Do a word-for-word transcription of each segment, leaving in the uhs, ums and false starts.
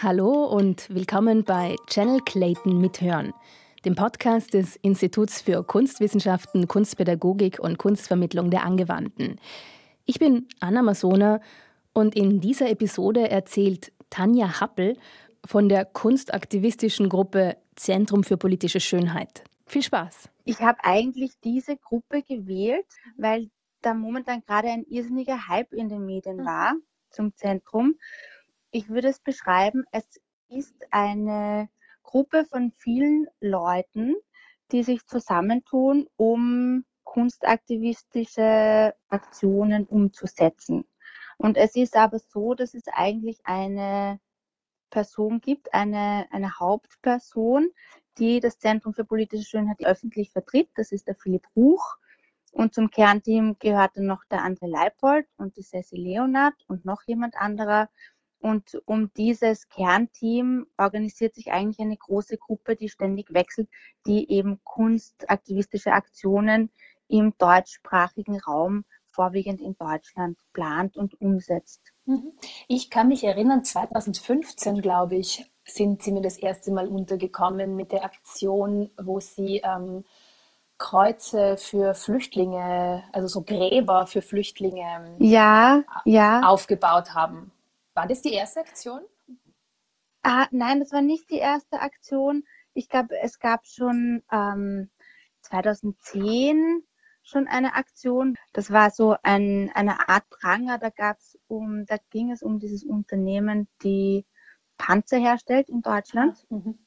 Hallo und willkommen bei Channel Clayton Mithören, dem Podcast des Instituts für Kunstwissenschaften, Kunstpädagogik und Kunstvermittlung der Angewandten. Ich bin Anna Masona und in dieser Episode erzählt Tanja Happel von der kunstaktivistischen Gruppe Zentrum für politische Schönheit. Viel Spaß! Ich habe eigentlich diese Gruppe gewählt, weil da momentan gerade ein irrsinniger Hype in den Medien war zum Zentrum. Ich würde es beschreiben, es ist eine Gruppe von vielen Leuten, die sich zusammentun, um kunstaktivistische Aktionen umzusetzen. Und es ist aber so, dass es eigentlich eine Person gibt, eine, eine Hauptperson, die das Zentrum für politische Schönheit öffentlich vertritt. Das ist der Philipp Ruch. Und zum Kernteam gehört dann noch der André Leipold und die Ceci Leonard und noch jemand anderer. Und um dieses Kernteam organisiert sich eigentlich eine große Gruppe, die ständig wechselt, die eben kunstaktivistische Aktionen im deutschsprachigen Raum, vorwiegend in Deutschland, plant und umsetzt. Ich kann mich erinnern, zweitausendfünfzehn, glaube ich, sind Sie mir das erste Mal untergekommen mit der Aktion, wo Sie ähm, Kreuze für Flüchtlinge, also so Gräber für Flüchtlinge Ja, ja. aufgebaut haben. War das die erste Aktion? Ah, nein, das war nicht die erste Aktion. Ich glaube, es gab schon ähm, zweitausendzehn schon eine Aktion. Das war so ein, eine Art Pranger. Da gab's um, da ging es um dieses Unternehmen, die Panzer herstellt in Deutschland. Ah, mhm.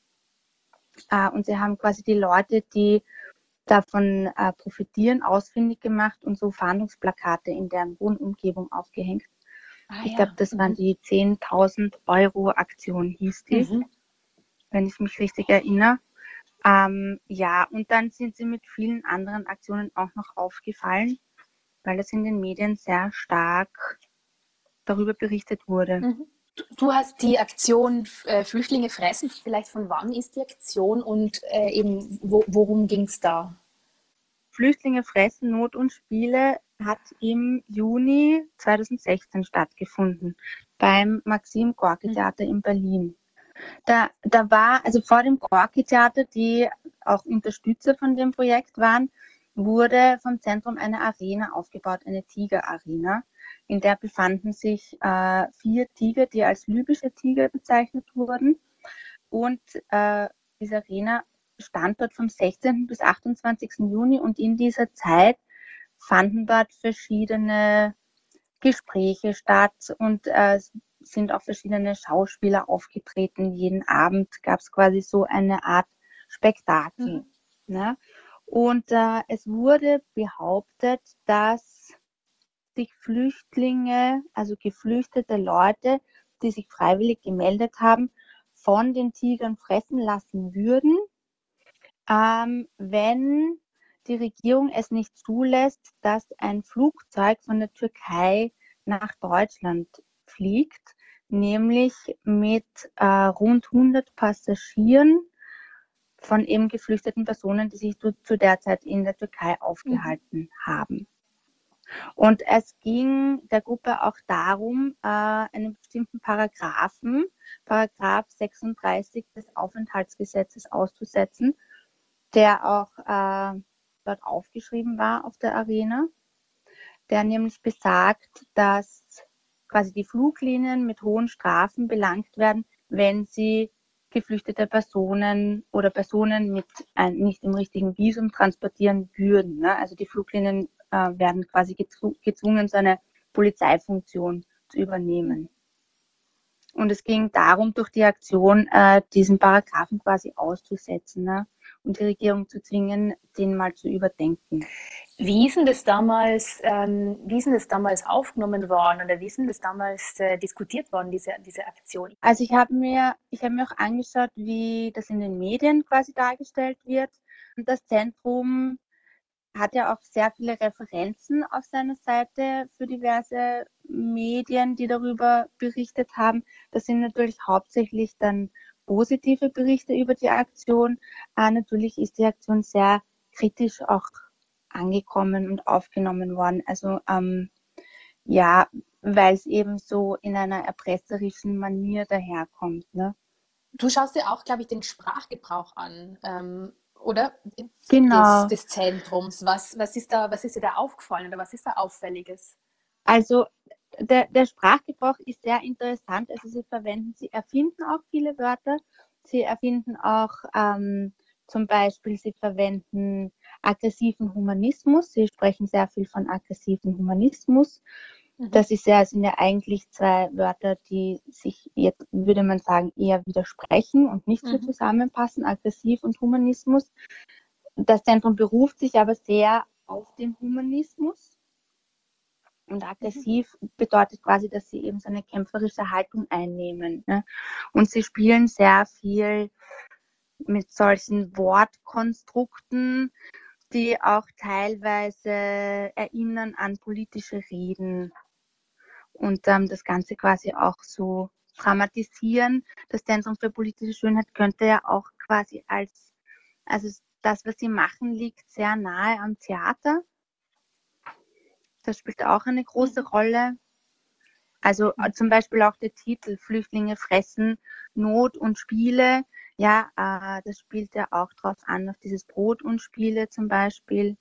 Äh, und sie haben quasi die Leute, die davon äh, profitieren, ausfindig gemacht und so Fahndungsplakate in deren Wohnumgebung aufgehängt. Ah, Ich ja. glaube, das waren Mhm. die zehntausend Euro Aktion, hieß die, Mhm. wenn ich mich richtig erinnere. Ähm, ja, und dann sind sie mit vielen anderen Aktionen auch noch aufgefallen, weil es in den Medien sehr stark darüber berichtet wurde. Mhm. Du, du hast die Aktion äh, Flüchtlinge fressen. Vielleicht von wann ist die Aktion und äh, eben wo, worum ging es da? Flüchtlinge fressen, Not und Spiele hat im Juni zweitausendsechzehn stattgefunden beim Maxim Gorki Theater in Berlin. Da, da war, also vor dem Gorki Theater, die auch Unterstützer von dem Projekt waren, wurde vom Zentrum eine Arena aufgebaut, eine Tiger-Arena. In der befanden sich äh, vier Tiger, die als libysche Tiger bezeichnet wurden. Und äh, diese Arena stand dort vom sechzehnten bis achtundzwanzigsten Juni und in dieser Zeit fanden dort verschiedene Gespräche statt und äh, sind auch verschiedene Schauspieler aufgetreten. Jeden Abend gab es quasi so eine Art Spektakel. Mhm. Ne? Und äh, es wurde behauptet, dass sich Flüchtlinge, also geflüchtete Leute, die sich freiwillig gemeldet haben, von den Tigern fressen lassen würden, ähm, wenn die Regierung es nicht zulässt, dass ein Flugzeug von der Türkei nach Deutschland fliegt, nämlich mit äh, rund hundert Passagieren von eben geflüchteten Personen, die sich zu, zu der Zeit in der Türkei aufgehalten mhm. haben. Und es ging der Gruppe auch darum, äh, einen bestimmten Paragraphen, Paragraph sechsunddreißig des Aufenthaltsgesetzes auszusetzen, der auch äh, dort aufgeschrieben war auf der Arena, der nämlich besagt, dass quasi die Fluglinien mit hohen Strafen belangt werden, wenn sie geflüchtete Personen oder Personen mit ein, nicht dem richtigen Visum transportieren würden. Ne? Also die Fluglinien äh, werden quasi gezw- gezwungen, so eine Polizeifunktion zu übernehmen. Und es ging darum, durch die Aktion äh, diesen Paragraphen quasi auszusetzen, ne? Und die Regierung zu zwingen, den mal zu überdenken. Wie ist denn das damals, ähm, wie ist denn das damals aufgenommen worden oder wie ist denn das damals äh, diskutiert worden, diese, diese Aktion? Also ich habe mir, ich habe mir auch angeschaut, wie das in den Medien quasi dargestellt wird. Und das Zentrum hat ja auch sehr viele Referenzen auf seiner Seite für diverse Medien, die darüber berichtet haben. Das sind natürlich hauptsächlich dann positive Berichte über die Aktion. Äh, natürlich ist die Aktion sehr kritisch auch angekommen und aufgenommen worden. Also ähm, ja, weil es eben so in einer erpresserischen Manier daherkommt. Ne? Du schaust dir auch, glaube ich, den Sprachgebrauch an, ähm, oder? Des, Genau. des Zentrums. Was, was ist da, was ist dir da aufgefallen oder was ist da Auffälliges? Also der, der Sprachgebrauch ist sehr interessant. Also sie verwenden, sie erfinden auch viele Wörter. Sie erfinden auch ähm, zum Beispiel, sie verwenden aggressiven Humanismus. Sie sprechen sehr viel von aggressiven Humanismus. Mhm. Das ist ja, sind ja eigentlich zwei Wörter, die sich jetzt, würde man sagen, eher widersprechen und nicht so Mhm. zusammenpassen, aggressiv und Humanismus. Das Zentrum beruft sich aber sehr auf den Humanismus. Und Mhm. aggressiv bedeutet quasi, dass sie eben so eine kämpferische Haltung einnehmen. Ne? Und sie spielen sehr viel mit solchen Wortkonstrukten, die auch teilweise erinnern an politische Reden und ähm, das Ganze quasi auch so dramatisieren. Das Zentrum für politische Schönheit könnte ja auch quasi als, also das, was sie machen, liegt sehr nahe am Theater. Das spielt auch eine große Mhm. Rolle. Also äh, zum Beispiel auch der Titel Flüchtlinge fressen Not und Spiele. Ja, äh, das spielt ja auch drauf an, auf dieses Brot und Spiele zum Beispiel.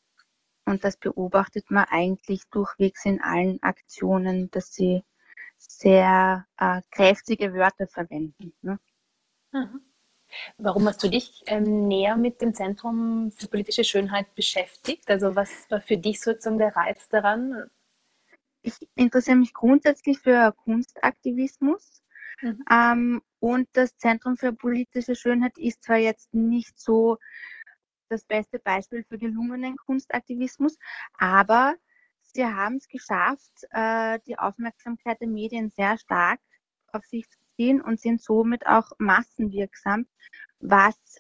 Und das beobachtet man eigentlich durchwegs in allen Aktionen, dass sie sehr äh, kräftige Wörter verwenden. Ne? Mhm. Warum hast du dich ähm, näher mit dem Zentrum für politische Schönheit beschäftigt? Also was war für dich sozusagen der Reiz daran? Ich interessiere mich grundsätzlich für Kunstaktivismus. Mhm. Ähm, und das Zentrum für politische Schönheit ist zwar jetzt nicht so das beste Beispiel für gelungenen Kunstaktivismus, aber sie haben es geschafft, äh, die Aufmerksamkeit der Medien sehr stark auf sich zu ziehen und sind somit auch massenwirksam, was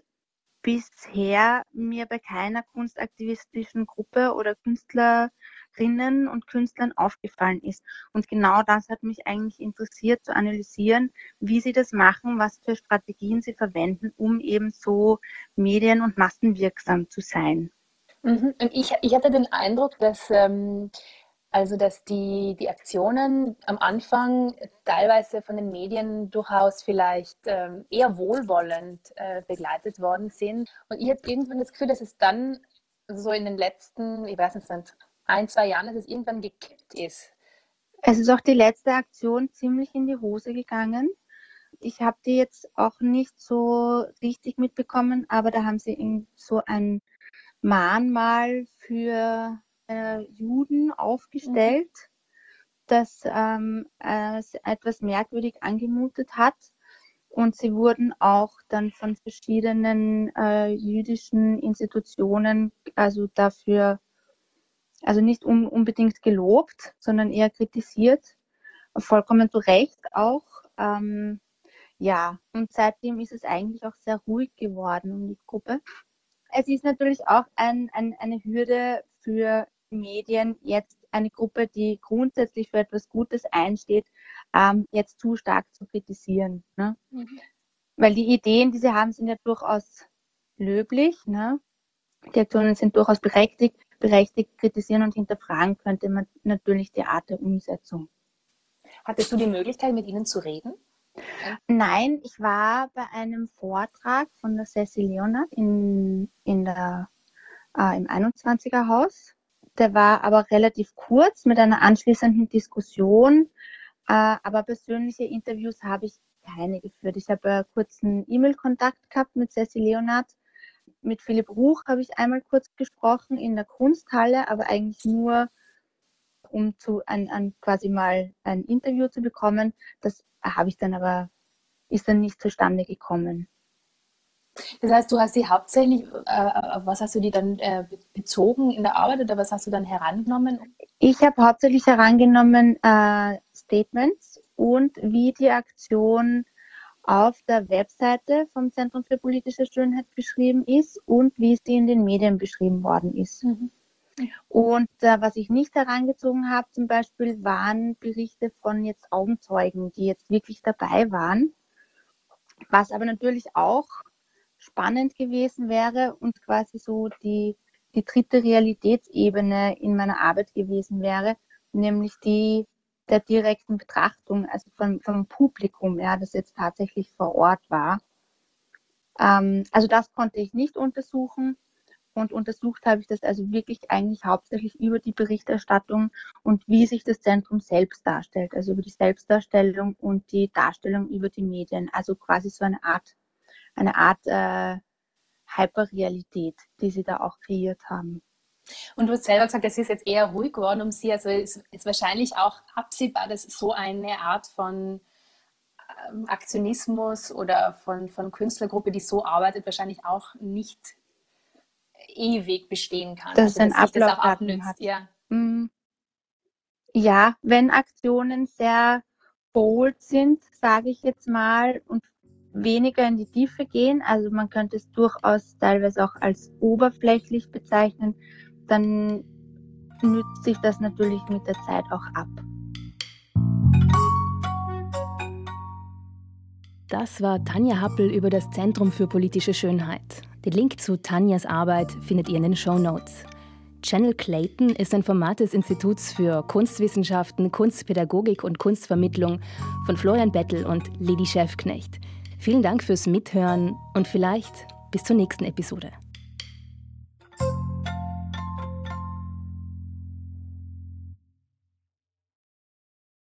bisher mir bei keiner kunstaktivistischen Gruppe oder Künstlerinnen und Künstlern aufgefallen ist. Und genau das hat mich eigentlich interessiert zu analysieren, wie sie das machen, was für Strategien sie verwenden, um eben so medien- und massenwirksam zu sein. Mhm. Und ich, ich hatte den Eindruck, dass, ähm, also dass die, die Aktionen am Anfang teilweise von den Medien durchaus vielleicht ähm, eher wohlwollend äh, begleitet worden sind. Und ich hatte irgendwann das Gefühl, dass es dann so in den letzten, ich weiß nicht, ein, zwei Jahren, dass es irgendwann gekippt ist. Es ist auch die letzte Aktion ziemlich in die Hose gegangen. Ich habe die jetzt auch nicht so richtig mitbekommen, aber da haben sie so ein Mahnmal für äh, Juden Mhm. aufgestellt, das ähm, äh, etwas merkwürdig angemutet hat. Und sie wurden auch dann von verschiedenen äh, jüdischen Institutionen also dafür, also nicht un unbedingt gelobt, sondern eher kritisiert. Vollkommen zu Recht auch. Ähm, ja, und seitdem ist es eigentlich auch sehr ruhig geworden um die Gruppe. Es ist natürlich auch ein, ein, eine Hürde für Medien, jetzt eine Gruppe, die grundsätzlich für etwas Gutes einsteht, ähm, jetzt zu stark zu kritisieren. Ne? Mhm. Weil die Ideen, die sie haben, sind ja durchaus löblich. Ne? Die Aktionen sind durchaus berechtigt. Berechtigt kritisieren und hinterfragen könnte man natürlich die Art der Umsetzung. Hattest du die Möglichkeit, mit ihnen zu reden? Nein, ich war bei einem Vortrag von der Cecil Leonard in, in der, äh, im einundzwanziger Haus. Der war aber relativ kurz mit einer anschließenden Diskussion. Äh, aber persönliche Interviews habe ich keine geführt. Ich habe äh, kurz einen E-Mail-Kontakt gehabt mit Cecil Leonard. Mit Philipp Ruch habe ich einmal kurz gesprochen in der Kunsthalle, aber eigentlich nur, um zu ein, ein, quasi mal ein Interview zu bekommen. Das habe ich dann aber, ist dann nicht zustande gekommen. Das heißt, du hast sie hauptsächlich, äh, auf was hast du die dann äh, bezogen in der Arbeit oder was hast du dann herangenommen? Ich habe hauptsächlich herangenommen äh, Statements und wie die Aktion auf der Webseite vom Zentrum für politische Schönheit beschrieben ist und wie sie in den Medien beschrieben worden ist. Mhm. Und äh, was ich nicht herangezogen habe, zum Beispiel, waren Berichte von jetzt Augenzeugen, die jetzt wirklich dabei waren. Was aber natürlich auch spannend gewesen wäre und quasi so die, die dritte Realitätsebene in meiner Arbeit gewesen wäre, nämlich die der direkten Betrachtung, also vom, vom Publikum, ja, das jetzt tatsächlich vor Ort war. Ähm, also das konnte ich nicht untersuchen. Und untersucht habe ich das also wirklich eigentlich hauptsächlich über die Berichterstattung und wie sich das Zentrum selbst darstellt, also über die Selbstdarstellung und die Darstellung über die Medien. Also quasi so eine Art, eine Art äh, Hyperrealität, die sie da auch kreiert haben. Und du hast selber gesagt, es ist jetzt eher ruhig geworden um sie. Also es ist wahrscheinlich auch absehbar, dass so eine Art von ähm, Aktionismus oder von, von Künstlergruppe, die so arbeitet, wahrscheinlich auch nicht ewig bestehen kann. Dass es Also ein dass sich das auch Ablaufdatum abnützt. hat. Ja. Mm, Ja, wenn Aktionen sehr bold sind, sage ich jetzt mal, und weniger in die Tiefe gehen, also man könnte es durchaus teilweise auch als oberflächlich bezeichnen, dann nützt sich das natürlich mit der Zeit auch ab. Das war Tanja Happel über das Zentrum für politische Schönheit. Den Link zu Tanjas Arbeit findet ihr in den Shownotes. Channel Clayton ist ein Format des Instituts für Kunstwissenschaften, Kunstpädagogik und Kunstvermittlung von Florian Bettel und Ledi Schäfknecht. Vielen Dank fürs Mithören und vielleicht bis zur nächsten Episode.